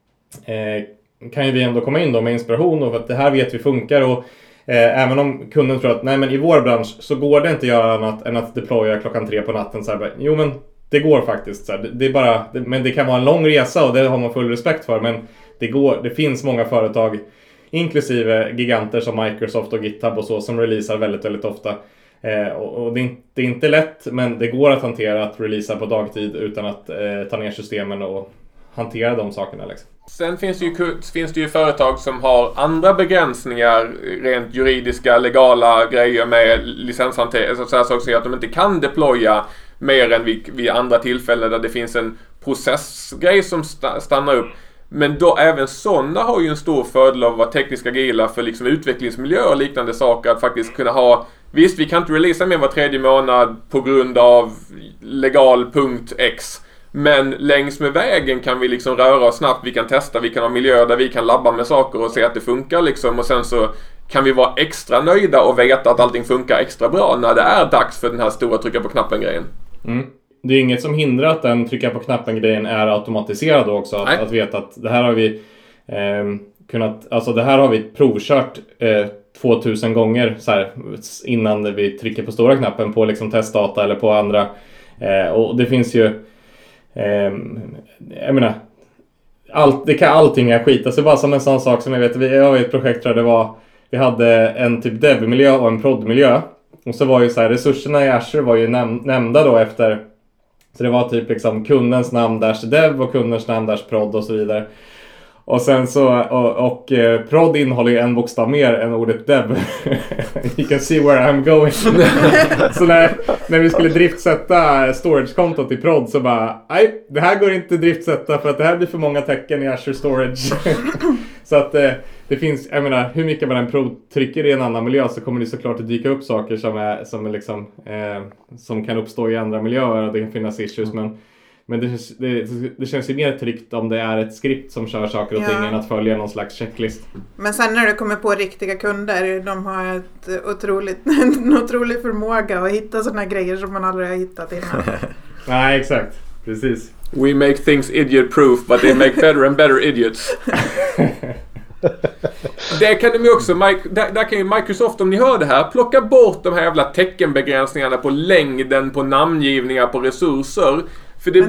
kan ju vi ändå komma in då med inspiration och att det här vet vi funkar, och även om kunden tror att nej, men i vår bransch så går det inte att göra annat än att deploya 3 på natten så här, jo men det går faktiskt så här, det är bara men det kan vara en lång resa och det har man full respekt för, men det finns många företag inklusive giganter som Microsoft och GitHub och så som releasar väldigt väldigt ofta, och det är inte lätt, men det går att hantera att releasa på dagtid utan att ta ner systemen och hantera de sakerna liksom. Sen finns det ju företag som har andra begränsningar, rent juridiska, legala grejer med licenshantering, så här saker, att de inte kan deploya mer än vid andra tillfällen där det finns en processgrej som stannar upp. Men då även sådana har ju en stor fördel av att vara tekniska agila för liksom utvecklingsmiljö och liknande saker, att faktiskt kunna ha, visst vi kan inte releasa mer var 3:e månad på grund av legal punkt X. Men längs med vägen kan vi liksom röra oss snabbt, vi kan testa, vi kan ha miljöer där vi kan labba med saker och se att det funkar liksom, och sen så kan vi vara extra nöjda och veta att allting funkar extra bra när det är dags för den här stora trycka på knappen-grejen. Mm. Det är inget som hindrar att den trycka på knappen-grejen är automatiserad också. Att veta att det här har vi det här har vi provkört 2000 gånger så här, innan vi trycker på stora knappen på liksom testdata eller på andra. Och det finns ju jag menar allting är skit. Alltså bara som en sån sak som jag vet, vi har ett projekt där vi hade en typ dev-miljö och en prod-miljö. Och så var ju så här, resurserna i Azure var ju nämnda då efter, så det var typ liksom kundens namn -dev och kundens namn -prod och så vidare. Och sen så, och prod innehåller ju en bokstav mer än ordet dev. You can see where I'm going. Så när vi skulle driftsätta storage-kontot i prod så bara, nej, det här går inte driftsätta för att det här blir för många tecken i Azure Storage. Så att det finns, jag menar, hur mycket man än trycker i en annan miljö så kommer det såklart att dyka upp saker som är liksom, som kan uppstå i andra miljöer och det kan finnas issues, men det känns ju mer tryggt om det är ett skript som kör saker och ting än att följa någon slags checklist. Men sen när du kommer på riktiga kunder, de har en otrolig förmåga att hitta sådana grejer som man aldrig har hittat innan. Nej, exakt. Precis. We make things idiot-proof, but they make better and better idiots. Det kan de också, där kan ju Microsoft, om ni hör det här, plocka bort de här jävla teckenbegränsningarna på längden, på namngivningar, på resurser. För det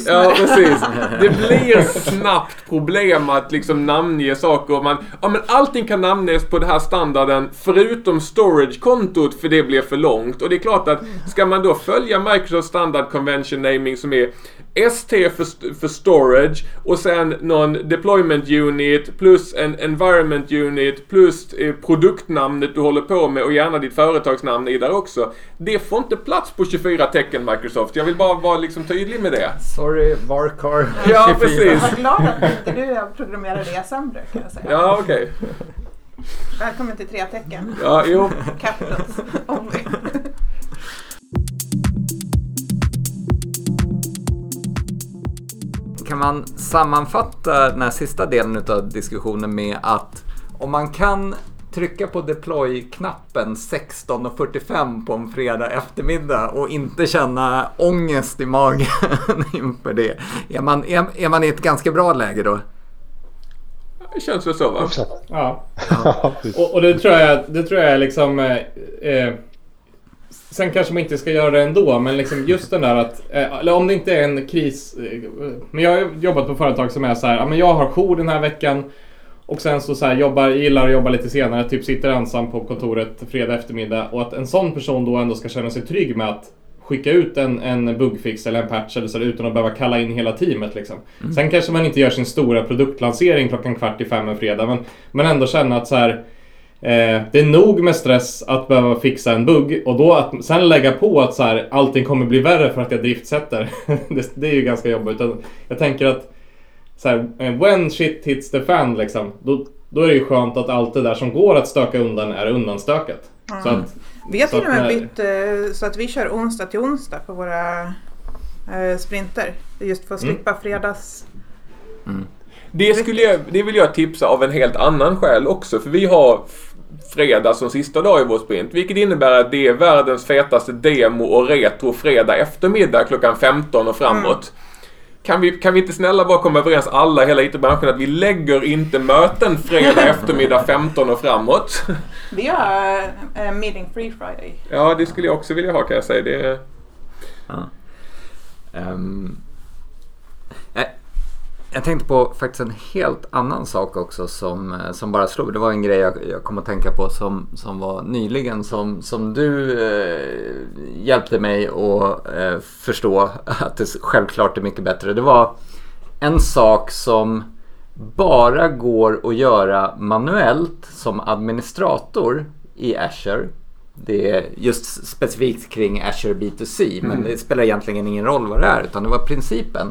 blir snabbt problem att liksom namnge saker. Men allting kan namnges på den här standarden förutom storage-kontot, för det blir för långt. Och det är klart att ska man då följa Microsoft Standard Convention Naming som är ST för storage och sen någon deployment unit plus en environment unit plus produktnamnet du håller på med och gärna ditt företagsnamn i där också. Det får inte plats på 24 tecken, Microsoft. Jag vill bara vara liksom tydlig med det. Sorry, Varkar. Ja, precis. Jag var glad att inte du programmerade resan, brukar jag säga. Ja, okej. Okay. Välkommen till 3 tecken. Ja, jo. Capitals only. Kan man sammanfatta den här sista delen av diskussionen med att om man kan trycka på deploy-knappen 16:45 på en fredag eftermiddag och inte känna ångest i magen inför det, är man i ett ganska bra läge då? Det känns väl så, va? Ja. Och det tror jag är liksom sen kanske man inte ska göra det ändå, men liksom just den där att eller om det inte är en kris, men jag har jobbat på företag som är så här, men jag har jour den här veckan och sen så här gillar att jobba lite senare, typ sitter ensam på kontoret fredag eftermiddag, och att en sån person då ändå ska känna sig trygg med att skicka ut en bugfix eller en patch eller så, utan att behöva kalla in hela teamet liksom. Sen kanske man inte gör sin stora produktlansering 4:15 en fredag, men ändå känna att så här, det är nog med stress att behöva fixa en bugg, och då att sen lägga på att så här, allting kommer bli värre för att jag driftsätter. det är ju ganska jobbigt. Jag tänker att så här, when shit hits the fan liksom, då är det ju skönt att allt det där som går att stöka undan är undanstökat. Så att, vi har till och med bytt så att vi kör onsdag till onsdag på våra sprinter, just för att slippa fredags. Det vill jag tipsa av en helt annan skäl också, för vi har fredag som sista dag i vår sprint, vilket innebär att det är världens fetaste demo och retro fredag eftermiddag 15 och framåt. Kan vi inte snälla bara komma överens alla hela IT-branschen att vi lägger inte möten fredag eftermiddag 15 och framåt? Vi har meeting free Friday. Ja, det skulle jag också vilja ha, kan jag säga. Det... Ja. Jag tänkte på faktiskt en helt annan sak också som bara slog. Det var en grej jag kom att tänka på som var nyligen som du hjälpte mig att förstå att det självklart är mycket bättre. Det var en sak som bara går att göra manuellt som administrator i Azure. Det är just specifikt kring Azure B2C, men det spelar egentligen ingen roll vad det är, utan det var principen.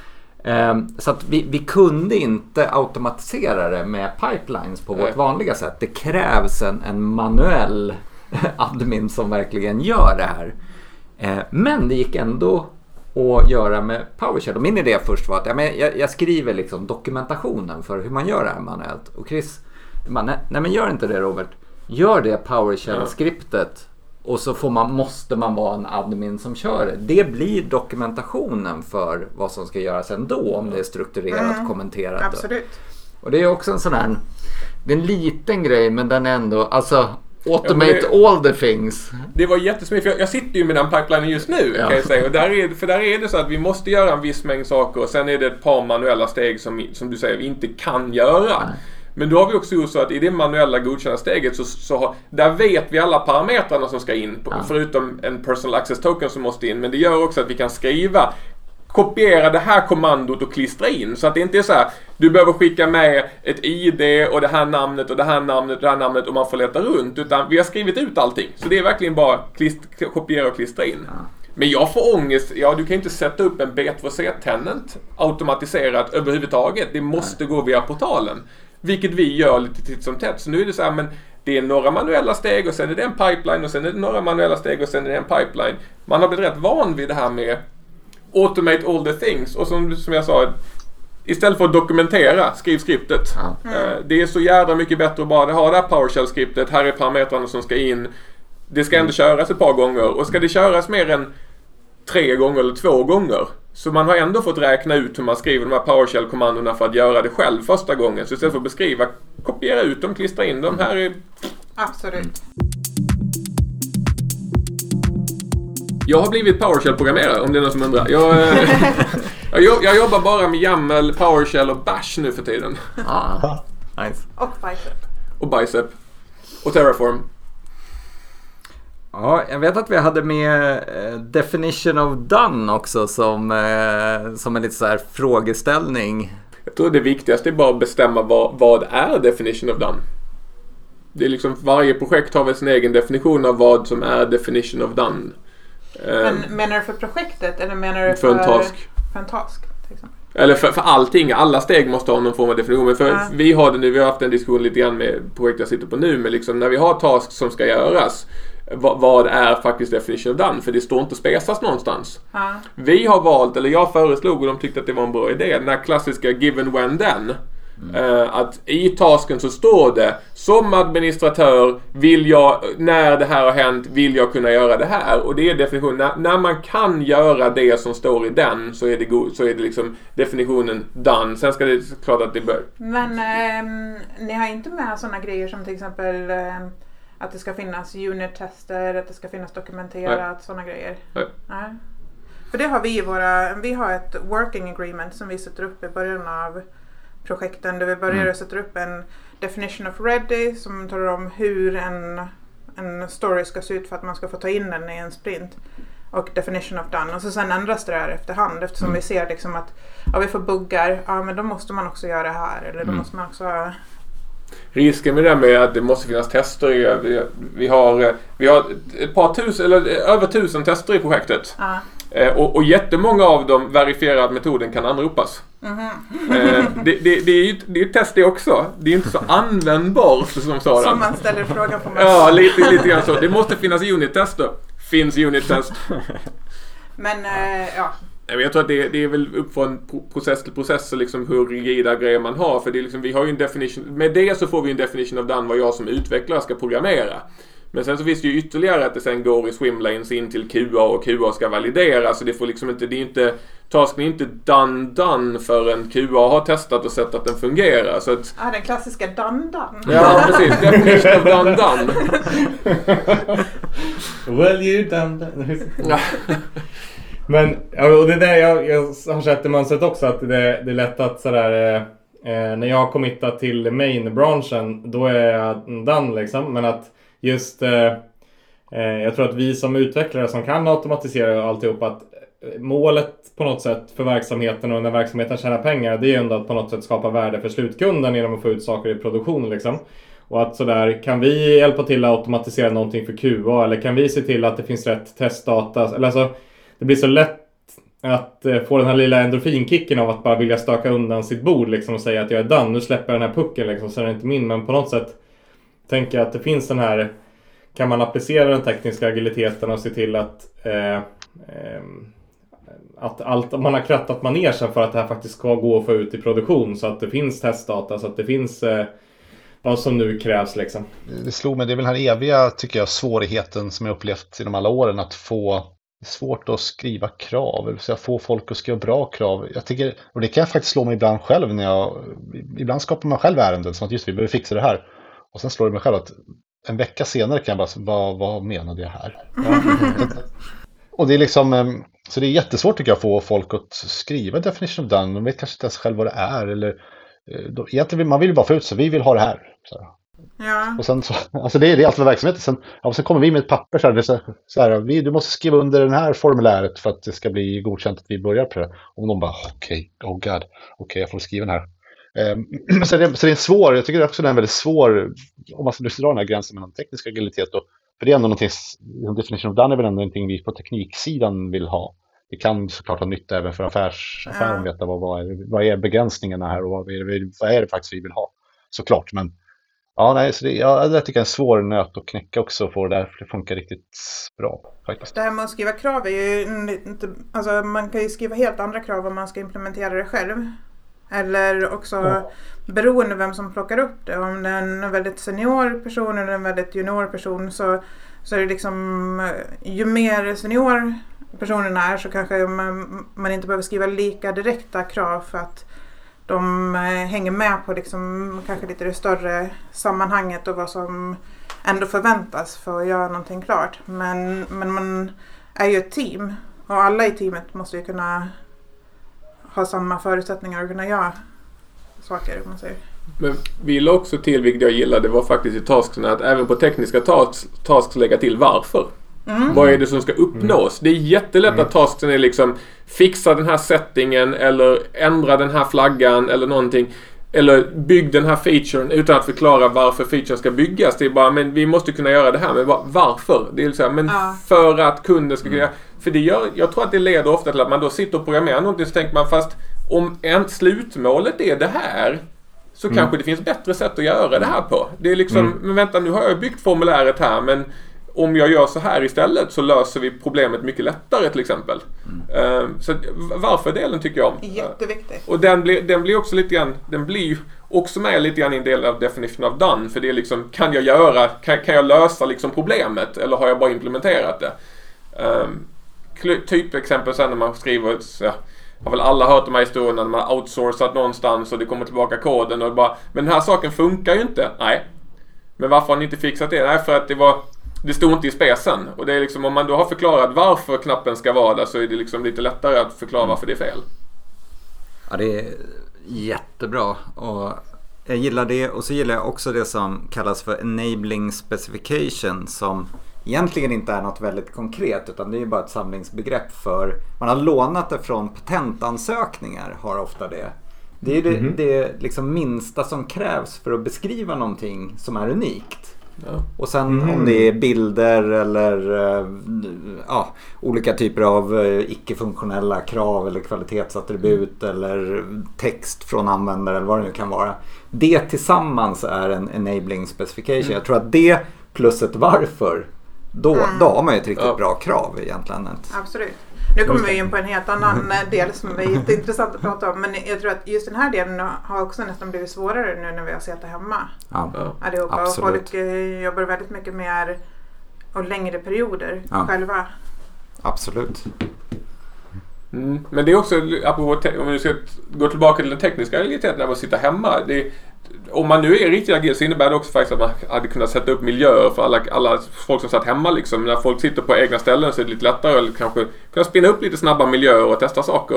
Så att vi kunde inte automatisera det med pipelines på vårt vanliga sätt. Det krävs en manuell admin som verkligen gör det här. Men det gick ändå att göra med PowerShell. Och min idé först var att jag skriver liksom dokumentationen för hur man gör det här manuellt. Och Chris, nej men gör inte det, Robert. Gör det PowerShell-skriptet. Och så måste man vara en admin som kör det. Det blir dokumentationen för vad som ska göras ändå, om det är strukturerat, kommenterat. Absolut. Och det är också en sån här, det är en liten grej, men den är ändå, alltså automate all the things. Det var jättesmidigt, för jag sitter ju med den pipelinen just nu, kan jag säga. Och där är det så att vi måste göra en viss mängd saker, och sen är det ett par manuella steg som du säger vi inte kan göra. Nej. Men då har vi också gjort så att i det manuella godkända steget så där vet vi alla parametrarna som ska in, förutom en personal access token som måste in. Men det gör också att vi kan kopiera det här kommandot och klistra in. Så att det inte är så här, du behöver skicka med ett ID och det här namnet och det här namnet och det här namnet och man får leta runt. Utan vi har skrivit ut allting. Så det är verkligen bara kopiera och klistra in. Men jag får ångest, du kan inte sätta upp en B2C-tenant automatiserat överhuvudtaget. Det måste gå via portalen. Vilket vi gör lite titt som tätt. Så nu är det så här, men det är några manuella steg och sen är det en pipeline och sen är det några manuella steg och sen är det en pipeline. Man har blivit rätt van vid det här med automate all the things. Och som jag sa, istället för att dokumentera, skriv skriptet. Det är så jävla mycket bättre att bara ha det här PowerShell-skriptet. Här är parametrarna som ska in. Det ska ändå köras ett par gånger. Och ska det köras mer än 3 gånger eller 2 gånger, så man har ändå fått räkna ut hur man skriver de här PowerShell-kommandona för att göra det själv första gången. Så istället för att beskriva, kopiera ut dem, klistra in dem. Här är... Absolut. Jag har blivit PowerShell-programmerare, om det är någon som undrar. Jag jobbar bara med YAML, PowerShell och Bash nu för tiden. Nice. Och Bicep. Och Terraform. Ja, jag vet att vi hade med definition of done också som en lite så här frågeställning. Jag tror det viktigaste är bara att bestämma vad är definition of done. Det är liksom, varje projekt har väl sin egen definition av vad som är definition of done. Men menar du för projektet eller menar du för en task? För en task till exempel. Eller för allting, alla steg måste ha någon form av definition. Men vi har det nu, vi har haft en diskussion lite grann med projekt jag sitter på nu, men liksom när vi har tasks som ska göras, vad är faktiskt definition of done? För det står inte spesas någonstans. Vi har valt, eller jag föreslog och de tyckte att det var en bra idé, den här klassiska given when then. Att i tasken så står det, som administratör vill jag, när det här har hänt, vill jag kunna göra det här. Och det är definitionen, när man kan göra det som står i den, så är det liksom definitionen done. Sen ska det klart att det bör. Men ni har inte med sådana grejer som till exempel att det ska finnas unit-tester, att det ska finnas dokumenterat, sådana grejer? Nej. För det har vi har ett working agreement som vi sätter upp i början av projekten där vi börjar sätta upp en definition of ready som talar om hur en story ska se ut för att man ska få ta in den i en sprint. Och definition of done. Och så sen ändras det där efterhand eftersom vi ser liksom att vi får buggar, men då måste man också göra det här. Eller då måste man också... Risken med det med att det måste finnas tester. Vi har ett par tusen, eller över 1000 tester i projektet. Och jättemånga av dem verifierar att metoden kan anropas. Det är ju ett test det också. Det är inte så användbart som sådan. Som man ställer frågan på mig. Ja, lite grann så. Det måste finnas unit-tester. Finns unit-test. Men Jag tror att det är väl upp från process till process och liksom hur rigida grejer man har. För det är liksom, vi har ju en definition. Med det så får vi en definition of done vad jag som utvecklare ska programmera. Men sen så finns det ju ytterligare att det sen går i swimlanes in till QA och QA ska validera. Så det får liksom inte, det är inte, tasken är inte done förrän QA har testat och sett att den fungerar. Så att, den klassiska done. Ja, precis. Definition of done. Well, you done. Men och det där jag har sett i mönstret också att det är lätt att sådär när jag har committat till main-branschen då är jag done liksom. Men att just jag tror att vi som utvecklare som kan automatisera alltihop att målet på något sätt för verksamheten och när verksamheten tjänar pengar det är ändå att på något sätt skapa värde för slutkunden genom att få ut saker i produktion liksom. Och att sådär, kan vi hjälpa till att automatisera någonting för QA eller kan vi se till att det finns rätt testdata eller alltså det blir så lätt att få den här lilla endorfinkicken av att bara vilja stöka undan sitt bord liksom och säga att jag är done, nu släpper jag den här pucken liksom, så är det inte min. Men på något sätt tänker jag att det finns den här, kan man applicera den tekniska agiliteten och se till att allt man har krattat manegen för att det här faktiskt ska gå att få ut i produktion så att det finns testdata, så att det finns vad som nu krävs liksom. Det slog mig, det är väl den här eviga tycker jag svårigheten som jag upplevt genom alla åren att få svårt att skriva krav, eller så få folk att skriva bra krav. Jag tycker, och det kan jag faktiskt slå mig ibland själv ibland skapar man själv ärenden som att just vi behöver fixa det här. Och sen slår det mig själv att en vecka senare kan jag bara, vad menade jag här? Och det är liksom, så det är jättesvårt tycker jag att få folk att skriva definition of done. De vet kanske inte ens själv vad det är, eller egentligen man vill ju bara få ut så vi vill ha det här. Ja. Och sen så, alltså det är allt för verksamheten. Sen kommer vi med ett papper så här, du måste skriva under den här formuläret för att det ska bli godkänt att vi börjar på det. Och de bara, okej, jag får skriva den här. Så det är en svår, jag tycker också det är en väldigt svår, om man ska dra den här gränsen mellan teknisk agilitet och, för det är ändå någonting, definition of done är väl ändå någonting vi på tekniksidan vill ha. Det kan såklart ha nytta även för affären veta vad är begränsningarna här och vad är det faktiskt vi vill ha. Såklart, men så jag tycker det är en svår nöt att knäcka också för det därför det funkar riktigt bra faktiskt. Det här med att skriva krav är ju inte, alltså man kan ju skriva helt andra krav om man ska implementera det själv. Eller också beroende vem som plockar upp det. Om det är en väldigt senior person eller en väldigt junior person så är det liksom, ju mer senior personen är så kanske man inte behöver skriva lika direkta krav för att de hänger med på liksom kanske lite det större sammanhanget och vad som ändå förväntas för att göra någonting klart. Men man är ju ett team och alla i teamet måste ju kunna ha samma förutsättningar att kunna göra saker, om man säger. Men vi la också till, vilket jag gillade, var faktiskt i taskerna att även på tekniska tasks lägga till varför. Vad är det som ska uppnås? Det är jättelätt att tasken är liksom fixa den här settingen eller ändra den här flaggan eller någonting. Eller bygg den här featuren utan att förklara varför featuren ska byggas. Det är bara, men vi måste kunna göra det här. Men varför? Det är så här, men för att kunden ska kunna... För det jag tror att det leder ofta till att man då sitter och programmerar någonting så tänker man fast om slutmålet är det här så kanske det finns bättre sätt att göra det här på. Det är liksom, men vänta nu har jag byggt formuläret här men om jag gör så här istället så löser vi problemet mycket lättare till exempel. Så varför-delen tycker jag om. Jätteviktigt. Och den blir också lite grann, den blir också med lite grann i en del av definition of done. För det är liksom, kan jag lösa liksom problemet eller har jag bara implementerat det? Typexempel sen när man skriver, har väl alla hört de här historierna när man har outsourcat någonstans och det kommer tillbaka koden och bara, men den här saken funkar ju inte. Nej. Men varför har ni inte fixat det? Nej, för att det stod inte i specen. Och det är liksom, om man då har förklarat varför knappen ska vara där så är det liksom lite lättare att förklara varför det är fel. Ja, jättebra. Och jag gillar det, och så gillar jag också det som kallas för enabling specification, som egentligen inte är något väldigt konkret, utan det är bara ett samlingsbegrepp för, man har lånat det från patentansökningar, har ofta det. Det är det liksom minsta som krävs för att beskriva någonting som är unikt. Ja. Och sen om det är bilder eller olika typer av icke-funktionella krav eller kvalitetsattribut eller text från användare eller vad det nu kan vara. Det tillsammans är en enabling specification. Jag tror att det plus ett varför, då har man ju ett riktigt bra krav egentligen. Absolut. Nu kommer vi in på en helt annan del som är jätteintressant att prata om. Men jag tror att just den här delen har också nästan blivit svårare nu när vi har sett det hemma. Allihopa. Och folk jobbar väldigt mycket mer och längre perioder själva. Absolut. Men det är också, apropå, om vi ska gå tillbaka till den tekniska realiteten när man sitter hemma. Om man nu är riktigt agil så innebär det också faktiskt att man hade kunnat sätta upp miljöer för alla folk som satt hemma liksom. När folk sitter på egna ställen så är det lite lättare att kanske kunna spinna upp lite snabba miljöer och testa saker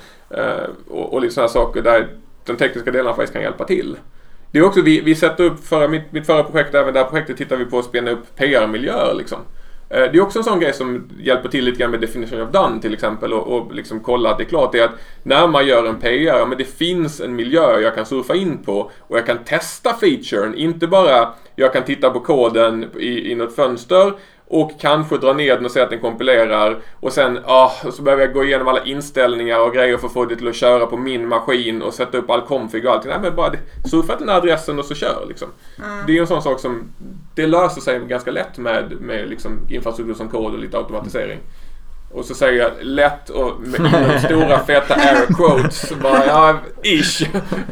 och lite sådana saker där den tekniska delen faktiskt kan hjälpa till. Det är också, vi sätter upp mitt förra projekt, även det här projektet tittar vi på att spinna upp PR-miljöer liksom. Det är också en sån grej som hjälper till lite grann med definition of done till exempel och liksom kolla att det är klart det är att när man gör en PR, men det finns en miljö jag kan surfa in på och jag kan testa featuren, inte bara jag kan titta på koden i något fönster och kanske dra ner den och säga att den kompilerar och sen så behöver jag gå igenom alla inställningar och grejer för att få det till att köra på min maskin och sätta upp all config och allting. Nej, men bara surfa den här adressen och så kör liksom. Det är ju en sån sak som det löser sig ganska lätt med liksom infrastruktur som kod och lite automatisering. Och så säger jag lätt och med stora feta air quotes bara ish.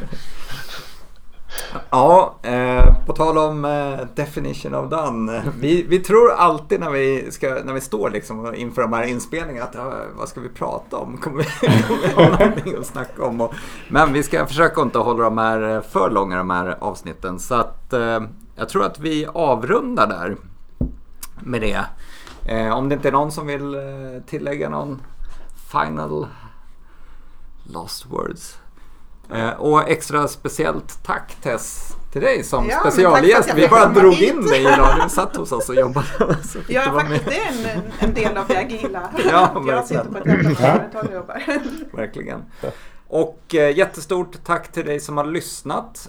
Ja, på tal om definition of done. Vi tror alltid när vi står liksom inför de här inspelningarna att vad ska vi prata om? Kommer vi ha någonting att snacka om? Men vi ska försöka inte hålla de här för långa, de här avsnitten. Så att jag tror att vi avrundar där med det. Om det inte är någon som vill tillägga någon final last words. Och extra speciellt tack Tess till dig som specialgäst. Vi bara drog in dig idag. Du satt hos oss och jobbade. Faktiskt det är en del av det agila. Jag sitter på ett jävla företag och jobbar. Verkligen. Och jättestort tack till dig som har lyssnat.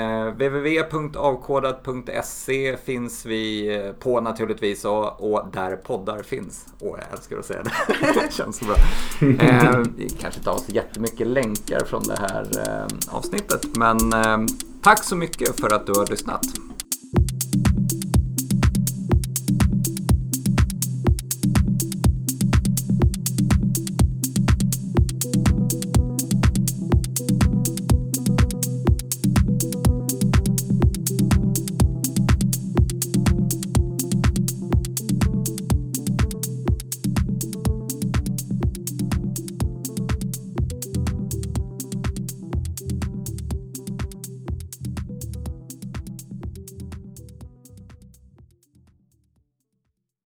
www.avkodat.se finns vi på naturligtvis och där poddar finns. Jag älskar att säga det. Det känns så bra. Vi kanske inte har så jättemycket länkar från det här avsnittet, men tack så mycket för att du har lyssnat.